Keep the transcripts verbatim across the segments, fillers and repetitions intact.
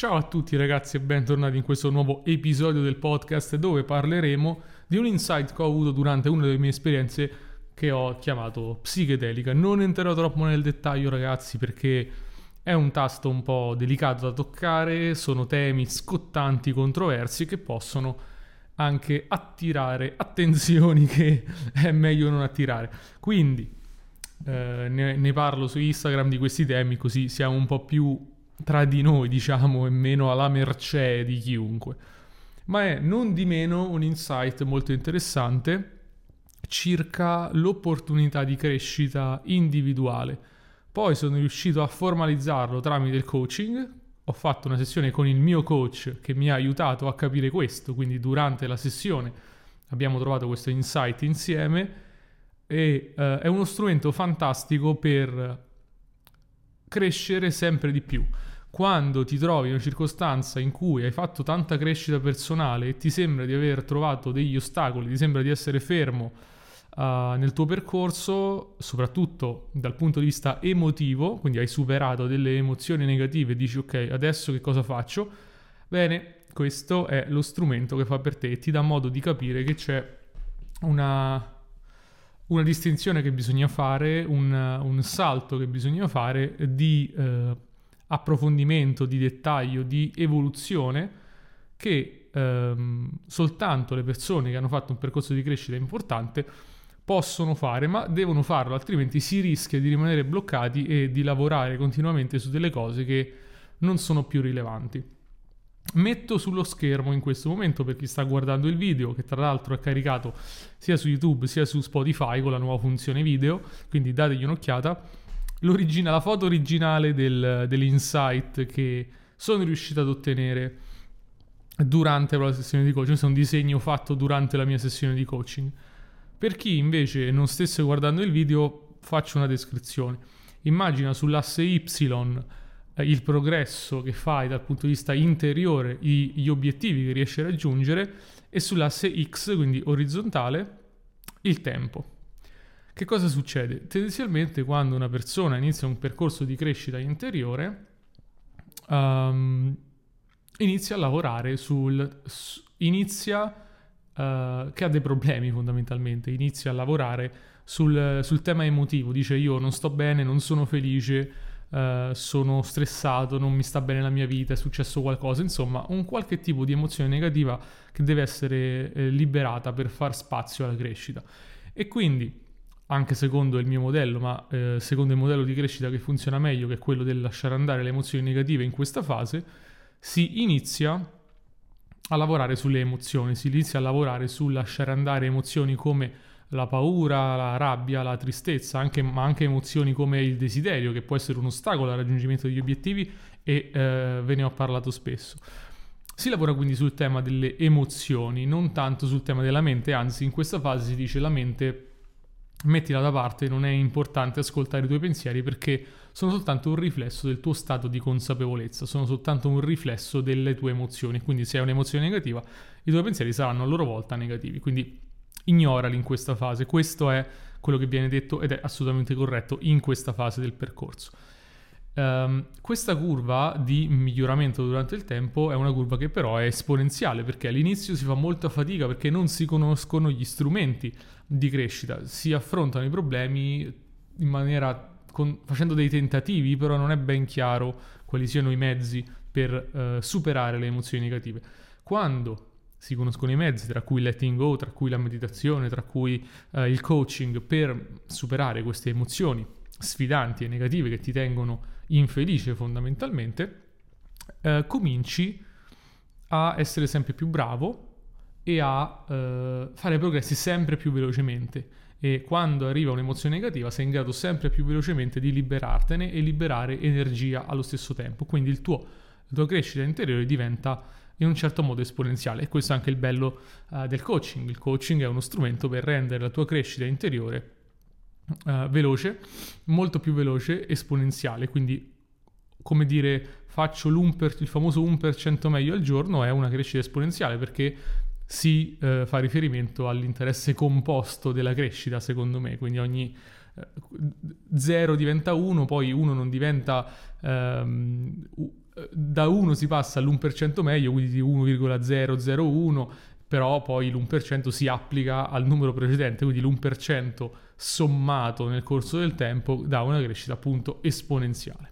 Ciao a tutti ragazzi e bentornati in questo nuovo episodio del podcast dove parleremo di un insight che ho avuto durante una delle mie esperienze che ho chiamato psichedelica. Non entrerò troppo nel dettaglio ragazzi perché è un tasto un po' delicato da toccare, sono temi scottanti, controversi che possono anche attirare attenzioni che è meglio non attirare. Quindi eh, ne, ne parlo su Instagram di questi temi così siamo un po' più tra di noi, diciamo, e meno alla mercé di chiunque. Ma è non di meno un insight molto interessante circa l'opportunità di crescita individuale. Poi sono riuscito a formalizzarlo tramite il coaching. Ho fatto una sessione con il mio coach che mi ha aiutato a capire questo, quindi durante la sessione abbiamo trovato questo insight insieme e uh, è uno strumento fantastico per crescere sempre di più. Quando ti trovi in una circostanza in cui hai fatto tanta crescita personale e ti sembra di aver trovato degli ostacoli, ti sembra di essere fermo uh, nel tuo percorso, soprattutto dal punto di vista emotivo, quindi hai superato delle emozioni negative e dici ok, adesso che cosa faccio? Bene, questo è lo strumento che fa per te e ti dà modo di capire che c'è una... una distinzione che bisogna fare, un, un salto che bisogna fare di eh, approfondimento, di dettaglio, di evoluzione che ehm, soltanto le persone che hanno fatto un percorso di crescita importante possono fare, ma devono farlo, altrimenti si rischia di rimanere bloccati e di lavorare continuamente su delle cose che non sono più rilevanti. Metto sullo schermo in questo momento per chi sta guardando il video, che tra l'altro è caricato sia su YouTube sia su Spotify con la nuova funzione video, quindi dategli un'occhiata, l'originale, la foto originale del, dell'insight che sono riuscito ad ottenere durante la sessione di coaching. Questo è un disegno fatto durante la mia sessione di coaching. Per chi invece non stesse guardando il video faccio una descrizione. Immagina sull'asse Y il progresso che fai dal punto di vista interiore, gli obiettivi che riesci a raggiungere, e sull'asse X, quindi orizzontale, il tempo. Che cosa succede? Tendenzialmente quando una persona inizia un percorso di crescita interiore, um, inizia a lavorare sul... inizia uh, che ha dei problemi fondamentalmente, inizia a lavorare sul, sul tema emotivo, dice io non sto bene, non sono felice, Uh, sono stressato, non mi sta bene la mia vita, è successo qualcosa, insomma un qualche tipo di emozione negativa che deve essere eh, liberata per far spazio alla crescita. E quindi anche secondo il mio modello, ma eh, secondo il modello di crescita che funziona meglio, che è quello del lasciare andare le emozioni negative in questa fase, si inizia a lavorare sulle emozioni, si inizia a lavorare sul lasciare andare emozioni come la paura, la rabbia, la tristezza, anche, ma anche emozioni come il desiderio, che può essere un ostacolo al raggiungimento degli obiettivi e eh, ve ne ho parlato spesso. Si lavora quindi sul tema delle emozioni, non tanto sul tema della mente, anzi in questa fase si dice la mente mettila da parte, non è importante ascoltare i tuoi pensieri perché sono soltanto un riflesso del tuo stato di consapevolezza, sono soltanto un riflesso delle tue emozioni, quindi se hai un'emozione negativa i tuoi pensieri saranno a loro volta negativi, quindi ignorali in questa fase. Questo è quello che viene detto ed è assolutamente corretto in questa fase del percorso. Um, questa curva di miglioramento durante il tempo è una curva che però è esponenziale perché all'inizio si fa molta fatica perché non si conoscono gli strumenti di crescita, si affrontano i problemi in maniera con, facendo dei tentativi, però non è ben chiaro quali siano i mezzi per uh, superare le emozioni negative. Quando si conoscono i mezzi, tra cui letting go, tra cui la meditazione, tra cui uh, il coaching, per superare queste emozioni sfidanti e negative che ti tengono infelice fondamentalmente, uh, cominci a essere sempre più bravo e a uh, fare progressi sempre più velocemente. E quando arriva un'emozione negativa sei in grado sempre più velocemente di liberartene e liberare energia allo stesso tempo. Quindi il tuo, la tua crescita interiore diventa in un certo modo esponenziale, e questo è anche il bello uh, del coaching. Il coaching è uno strumento per rendere la tua crescita interiore uh, veloce, molto più veloce, esponenziale, quindi come dire faccio l'uno per, il famoso uno per cento meglio al giorno è una crescita esponenziale perché si uh, fa riferimento all'interesse composto della crescita secondo me, quindi ogni zero diventa uno, poi uno non diventa um, da uno si passa all'uno per cento meglio, quindi di uno virgola zero zero uno, però poi l'uno per cento si applica al numero precedente, quindi l'uno per cento sommato nel corso del tempo dà una crescita appunto esponenziale.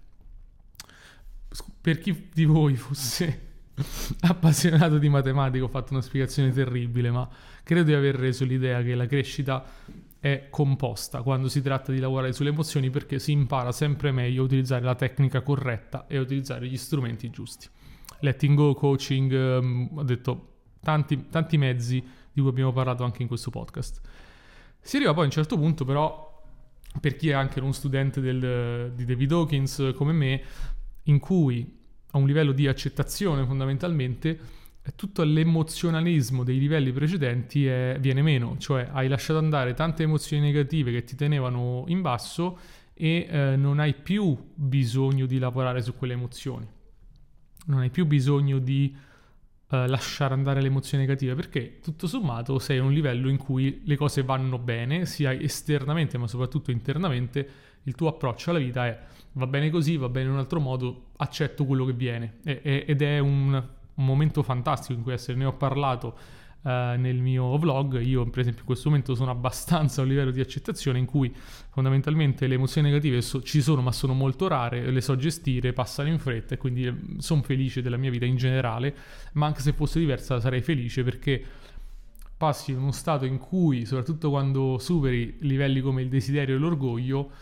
Per chi di voi fosse appassionato di matematica, ho fatto una spiegazione terribile, ma credo di aver reso l'idea che la crescita è composta quando si tratta di lavorare sulle emozioni, perché si impara sempre meglio a utilizzare la tecnica corretta e a utilizzare gli strumenti giusti. Letting go, coaching, um, ho detto tanti, tanti mezzi di cui abbiamo parlato anche in questo podcast. Si arriva poi a un certo punto, però, per chi è anche uno studente del, di David Hawkins come me, in cui a un livello di accettazione fondamentalmente tutto l'emozionalismo dei livelli precedenti è, viene meno, cioè hai lasciato andare tante emozioni negative che ti tenevano in basso e eh, non hai più bisogno di lavorare su quelle emozioni, non hai più bisogno di eh, lasciare andare le emozioni negative, perché tutto sommato sei a un livello in cui le cose vanno bene sia esternamente ma soprattutto internamente. Il tuo approccio alla vita è: va bene così, va bene in un altro modo, accetto quello che viene, e, e, ed è un, un momento fantastico in cui essere. Ne ho parlato uh, nel mio vlog. Io per esempio in questo momento sono abbastanza a un livello di accettazione in cui fondamentalmente le emozioni negative so, ci sono, ma sono molto rare, le so gestire, passano in fretta, e quindi sono felice della mia vita in generale, ma anche se fosse diversa sarei felice, perché passi in uno stato in cui, soprattutto quando superi livelli come il desiderio e l'orgoglio,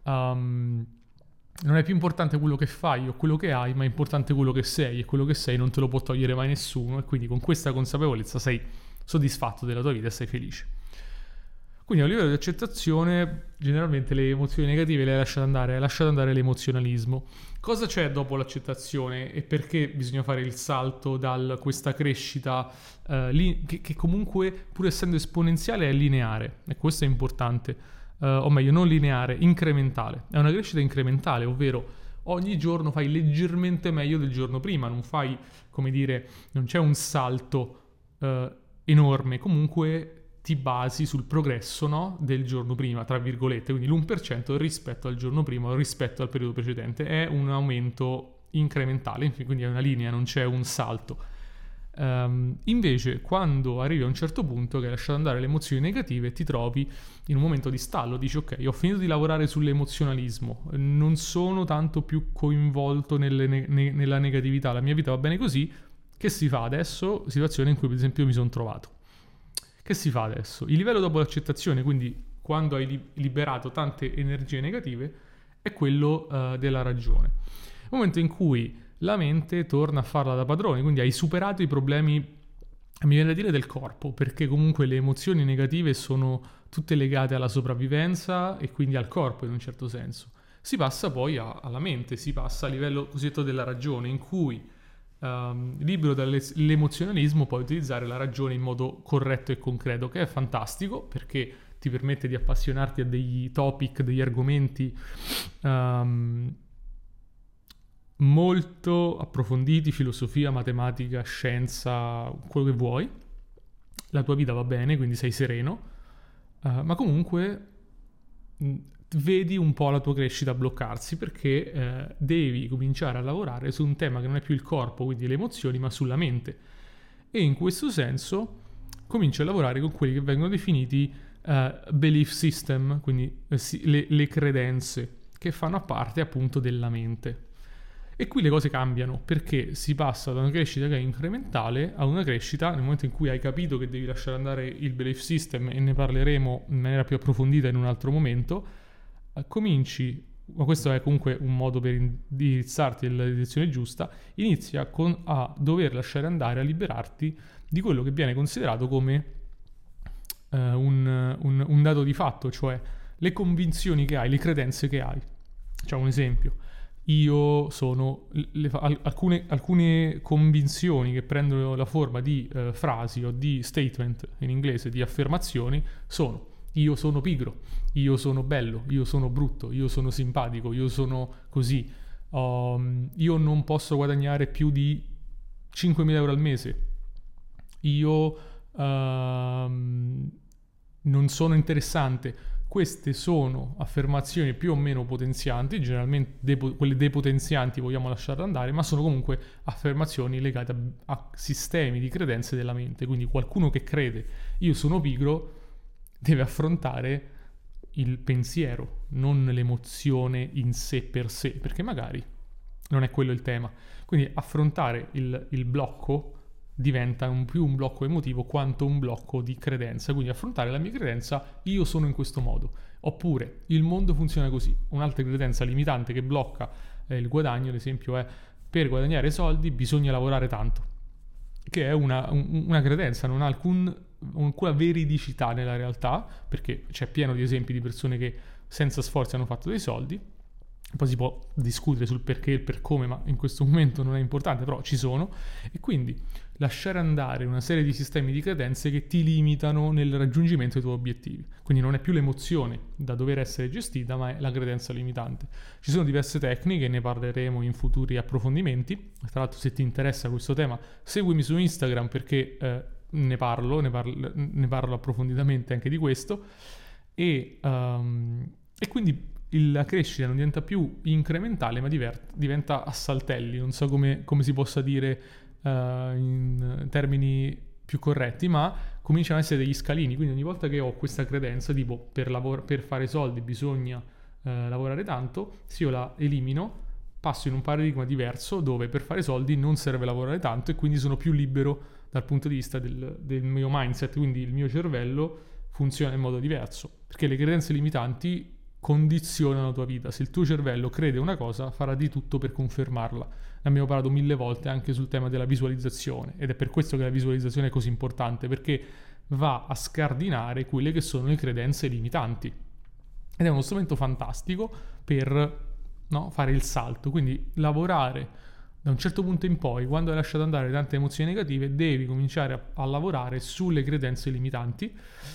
Um, non è più importante quello che fai o quello che hai, ma è importante quello che sei, e quello che sei non te lo può togliere mai nessuno, e quindi con questa consapevolezza sei soddisfatto della tua vita e sei felice. Quindi a un livello di accettazione generalmente le emozioni negative le hai lasciate andare, hai lasciato andare l'emozionalismo. Cosa c'è dopo l'accettazione e perché bisogna fare il salto da questa crescita uh, li- che, che comunque, pur essendo esponenziale, è lineare, e questo è importante. Uh, o meglio, non lineare, incrementale. È una crescita incrementale, ovvero ogni giorno fai leggermente meglio del giorno prima, non fai, come dire, non c'è un salto uh, enorme, comunque ti basi sul progresso, no, del giorno prima, tra virgolette, quindi l'uno per cento rispetto al giorno prima o rispetto al periodo precedente. È un aumento incrementale, quindi è una linea, non c'è un salto. Um, invece quando arrivi a un certo punto che hai lasciato andare le emozioni negative, ti trovi in un momento di stallo, dici: ok, ho finito di lavorare sull'emozionalismo, non sono tanto più coinvolto nelle ne- ne- nella negatività, la mia vita va bene così. Che si fa adesso? Situazione in cui per esempio mi sono trovato. Che si fa adesso? Il livello dopo l'accettazione, quindi quando hai li- liberato tante energie negative, è quello uh, della ragione. Il momento in cui la mente torna a farla da padrone, quindi hai superato i problemi, mi viene da dire, del corpo, perché comunque le emozioni negative sono tutte legate alla sopravvivenza e quindi al corpo in un certo senso. Si passa poi a, alla mente, si passa a livello cosiddetto della ragione, in cui um, libero dall'emozionalismo puoi utilizzare la ragione in modo corretto e concreto, che è fantastico perché ti permette di appassionarti a degli topic, degli argomenti um, molto approfonditi: filosofia, matematica, scienza, quello che vuoi. La tua vita va bene, quindi sei sereno, uh, ma comunque mh, vedi un po' la tua crescita bloccarsi, perché eh, devi cominciare a lavorare su un tema che non è più il corpo, quindi le emozioni, ma sulla mente. E in questo senso cominci a lavorare con quelli che vengono definiti uh, belief system, quindi eh, sì, le, le credenze che fanno parte appunto della mente. E qui le cose cambiano, perché si passa da una crescita che è incrementale a una crescita, nel momento in cui hai capito che devi lasciare andare il belief system, e ne parleremo in maniera più approfondita in un altro momento, eh, cominci, ma questo è comunque un modo per indirizzarti nella direzione giusta, inizia con, a dover lasciare andare, a liberarti di quello che viene considerato come eh, un, un, un dato di fatto, cioè le convinzioni che hai, le credenze che hai. Facciamo un esempio. Io sono le, alcune, alcune convinzioni che prendono la forma di eh, frasi o di statement in inglese, di affermazioni, sono: io sono pigro, io sono bello, io sono brutto, io sono simpatico, io sono così, um, io non posso guadagnare più di cinquemila euro al mese, io um, non sono interessante. Queste sono affermazioni più o meno potenzianti, generalmente depo- quelle depotenzianti vogliamo lasciarle andare, ma sono comunque affermazioni legate a, a sistemi di credenze della mente. Quindi qualcuno che crede io sono pigro deve affrontare il pensiero, non l'emozione in sé per sé, perché magari non è quello il tema. Quindi affrontare il, il blocco diventa un, più un blocco emotivo quanto un blocco di credenza. Quindi affrontare la mia credenza, io sono in questo modo, oppure il mondo funziona così. Un'altra credenza limitante che blocca eh, il guadagno, ad esempio, è per guadagnare soldi bisogna lavorare tanto, che è una, un, una credenza, non ha alcun, alcuna veridicità nella realtà, perché c'è pieno di esempi di persone che senza sforzi hanno fatto dei soldi. Poi si può discutere sul perché e il per come, ma in questo momento non è importante, però ci sono. E quindi lasciare andare una serie di sistemi di credenze che ti limitano nel raggiungimento dei tuoi obiettivi. Quindi non è più l'emozione da dover essere gestita, ma è la credenza limitante. Ci sono diverse tecniche, ne parleremo in futuri approfondimenti. Tra l'altro, se ti interessa questo tema, seguimi su Instagram perché eh, ne parlo, ne parlo, ne parlo approfonditamente anche di questo. E, um, e quindi la crescita non diventa più incrementale, ma divert- diventa a saltelli. Non so come, come si possa dire uh, in termini più corretti, ma cominciano ad essere degli scalini. Quindi ogni volta che ho questa credenza, tipo per, lavor- per fare soldi bisogna uh, lavorare tanto, se io la elimino, passo in un paradigma diverso dove per fare soldi non serve lavorare tanto e quindi sono più libero dal punto di vista del, del mio mindset. Quindi il mio cervello funziona in modo diverso, perché le credenze limitanti condizionano la tua vita. Se il tuo cervello crede una cosa, farà di tutto per confermarla. Ne abbiamo parlato mille volte anche sul tema della visualizzazione, ed è per questo che la visualizzazione è così importante, perché va a scardinare quelle che sono le credenze limitanti ed è uno strumento fantastico per, no, fare il salto. Quindi lavorare da un certo punto in poi, quando hai lasciato andare tante emozioni negative, devi cominciare a, a lavorare sulle credenze limitanti.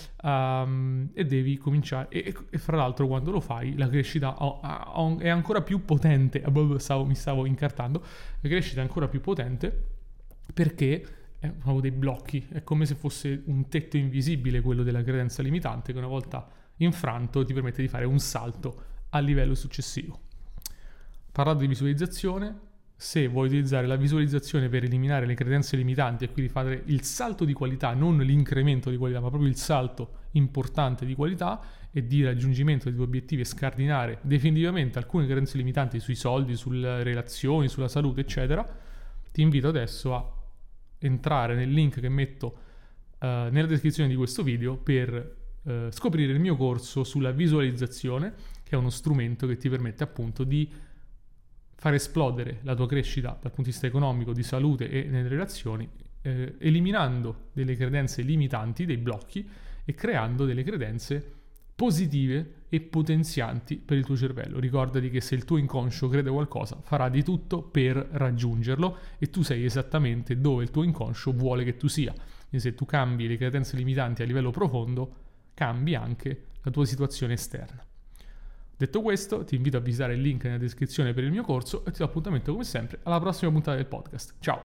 Um, e devi cominciare e, e fra l'altro quando lo fai la crescita oh, oh, è ancora più potente. Stavo, mi stavo incartando. La crescita è ancora più potente perché è proprio dei blocchi, è come se fosse un tetto invisibile quello della credenza limitante, che una volta infranto ti permette di fare un salto al livello successivo. Parlando di visualizzazione, se vuoi utilizzare la visualizzazione per eliminare le credenze limitanti e quindi fare il salto di qualità, non l'incremento di qualità, ma proprio il salto importante di qualità e di raggiungimento dei tuoi obiettivi e scardinare definitivamente alcune credenze limitanti sui soldi, sulle relazioni, sulla salute, eccetera, ti invito adesso a entrare nel link che metto uh, nella descrizione di questo video per uh, scoprire il mio corso sulla visualizzazione, che è uno strumento che ti permette appunto di far esplodere la tua crescita dal punto di vista economico, di salute e nelle relazioni, eh, eliminando delle credenze limitanti, dei blocchi, e creando delle credenze positive e potenzianti per il tuo cervello. Ricordati che se il tuo inconscio crede qualcosa, farà di tutto per raggiungerlo e tu sei esattamente dove il tuo inconscio vuole che tu sia. Quindi se tu cambi le credenze limitanti a livello profondo, cambi anche la tua situazione esterna. Detto questo, ti invito a visitare il link nella descrizione per il mio corso e ti do appuntamento come sempre alla prossima puntata del podcast. Ciao!